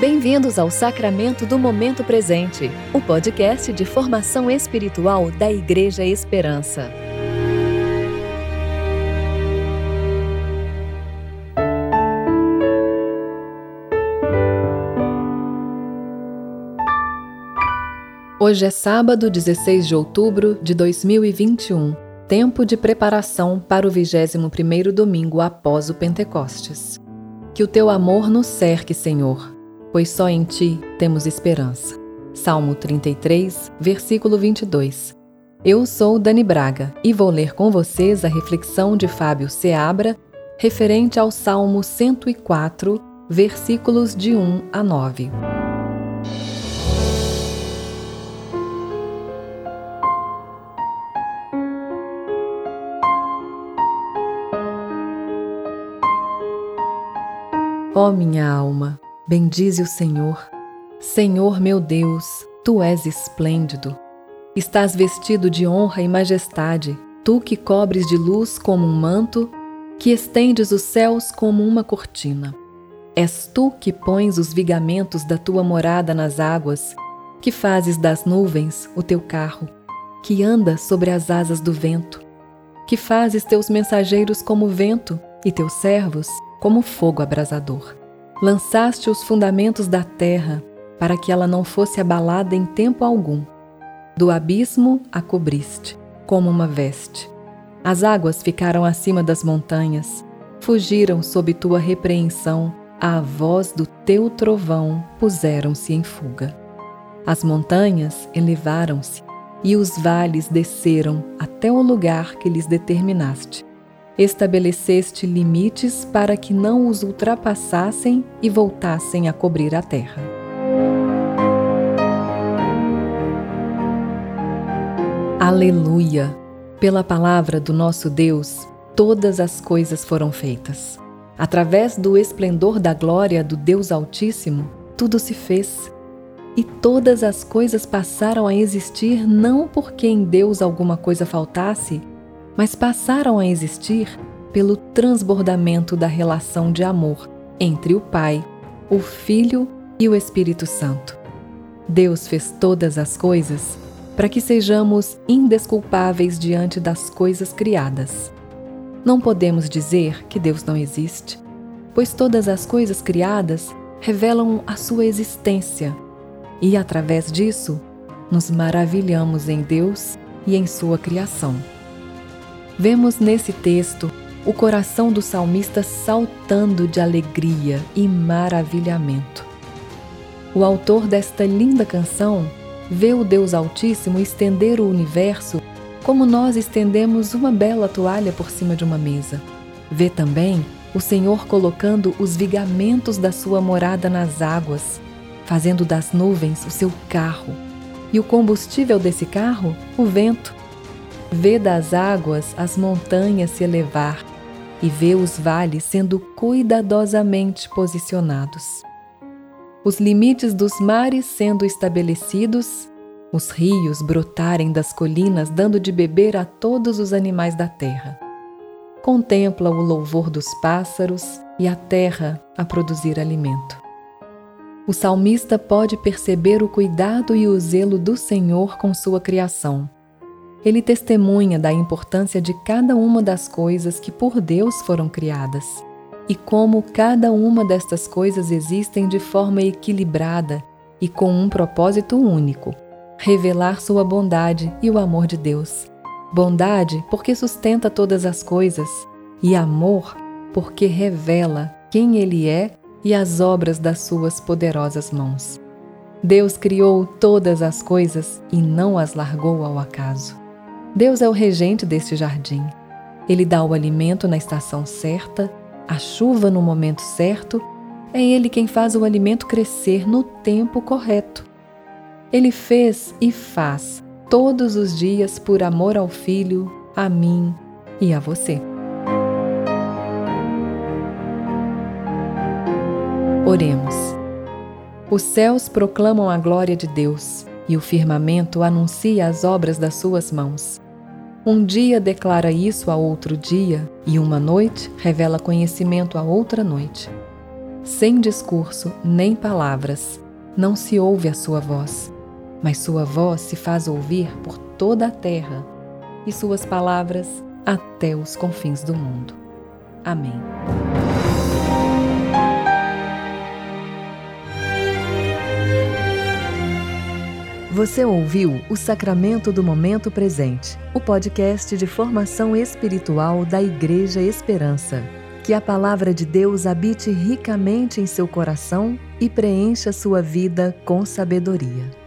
Bem-vindos ao Sacramento do Momento Presente, o podcast de formação espiritual da Igreja Esperança. Hoje é sábado, 16 de outubro de 2021, tempo de preparação para o 21º domingo após o Pentecostes. Que o teu amor nos cerque, Senhor, pois só em Ti temos esperança. Salmo 33, versículo 22. Eu sou Dani Braga e vou ler com vocês a reflexão de Fábio Seabra referente ao Salmo 104, versículos de 1 a 9. Ó minha alma, bendize o Senhor. Senhor meu Deus, Tu és esplêndido. Estás vestido de honra e majestade, Tu que cobres de luz como um manto, que estendes os céus como uma cortina. És Tu que pões os vigamentos da Tua morada nas águas, que fazes das nuvens o Teu carro, que anda sobre as asas do vento, que fazes Teus mensageiros como vento e Teus servos como fogo abrasador. Lançaste os fundamentos da terra, para que ela não fosse abalada em tempo algum. Do abismo a cobriste, como uma veste. As águas ficaram acima das montanhas, fugiram sob tua repreensão, à voz do teu trovão puseram-se em fuga. As montanhas elevaram-se, e os vales desceram até o lugar que lhes determinaste. Estabeleceste limites para que não os ultrapassassem e voltassem a cobrir a terra. Aleluia! Pela palavra do nosso Deus, todas as coisas foram feitas. Através do esplendor da glória do Deus Altíssimo, tudo se fez. E todas as coisas passaram a existir não porque em Deus alguma coisa faltasse, mas passaram a existir pelo transbordamento da relação de amor entre o Pai, o Filho e o Espírito Santo. Deus fez todas as coisas para que sejamos indesculpáveis diante das coisas criadas. Não podemos dizer que Deus não existe, pois todas as coisas criadas revelam a sua existência e, através disso, nos maravilhamos em Deus e em sua criação. Vemos nesse texto o coração do salmista saltando de alegria e maravilhamento. O autor desta linda canção vê o Deus Altíssimo estender o universo como nós estendemos uma bela toalha por cima de uma mesa. Vê também o Senhor colocando os vigamentos da sua morada nas águas, fazendo das nuvens o seu carro, e o combustível desse carro, o vento. Vê das águas as montanhas se elevar e vê os vales sendo cuidadosamente posicionados. Os limites dos mares sendo estabelecidos, os rios brotarem das colinas dando de beber a todos os animais da terra. Contempla o louvor dos pássaros e a terra a produzir alimento. O salmista pode perceber o cuidado e o zelo do Senhor com sua criação. Ele testemunha da importância de cada uma das coisas que por Deus foram criadas e como cada uma destas coisas existem de forma equilibrada e com um propósito único: revelar sua bondade e o amor de Deus. Bondade porque sustenta todas as coisas e amor porque revela quem Ele é e as obras das suas poderosas mãos. Deus criou todas as coisas e não as largou ao acaso. Deus é o regente deste jardim. Ele dá o alimento na estação certa, a chuva no momento certo. É Ele quem faz o alimento crescer no tempo correto. Ele fez e faz todos os dias por amor ao Filho, a mim e a você. Oremos. Os céus proclamam a glória de Deus e o firmamento anuncia as obras das suas mãos. Um dia declara isso a outro dia, e uma noite revela conhecimento a outra noite. Sem discurso nem palavras, não se ouve a sua voz, mas sua voz se faz ouvir por toda a terra e suas palavras até os confins do mundo. Amém. Você ouviu o Sacramento do Momento Presente, o podcast de formação espiritual da Igreja Esperança. Que a palavra de Deus habite ricamente em seu coração e preencha sua vida com sabedoria.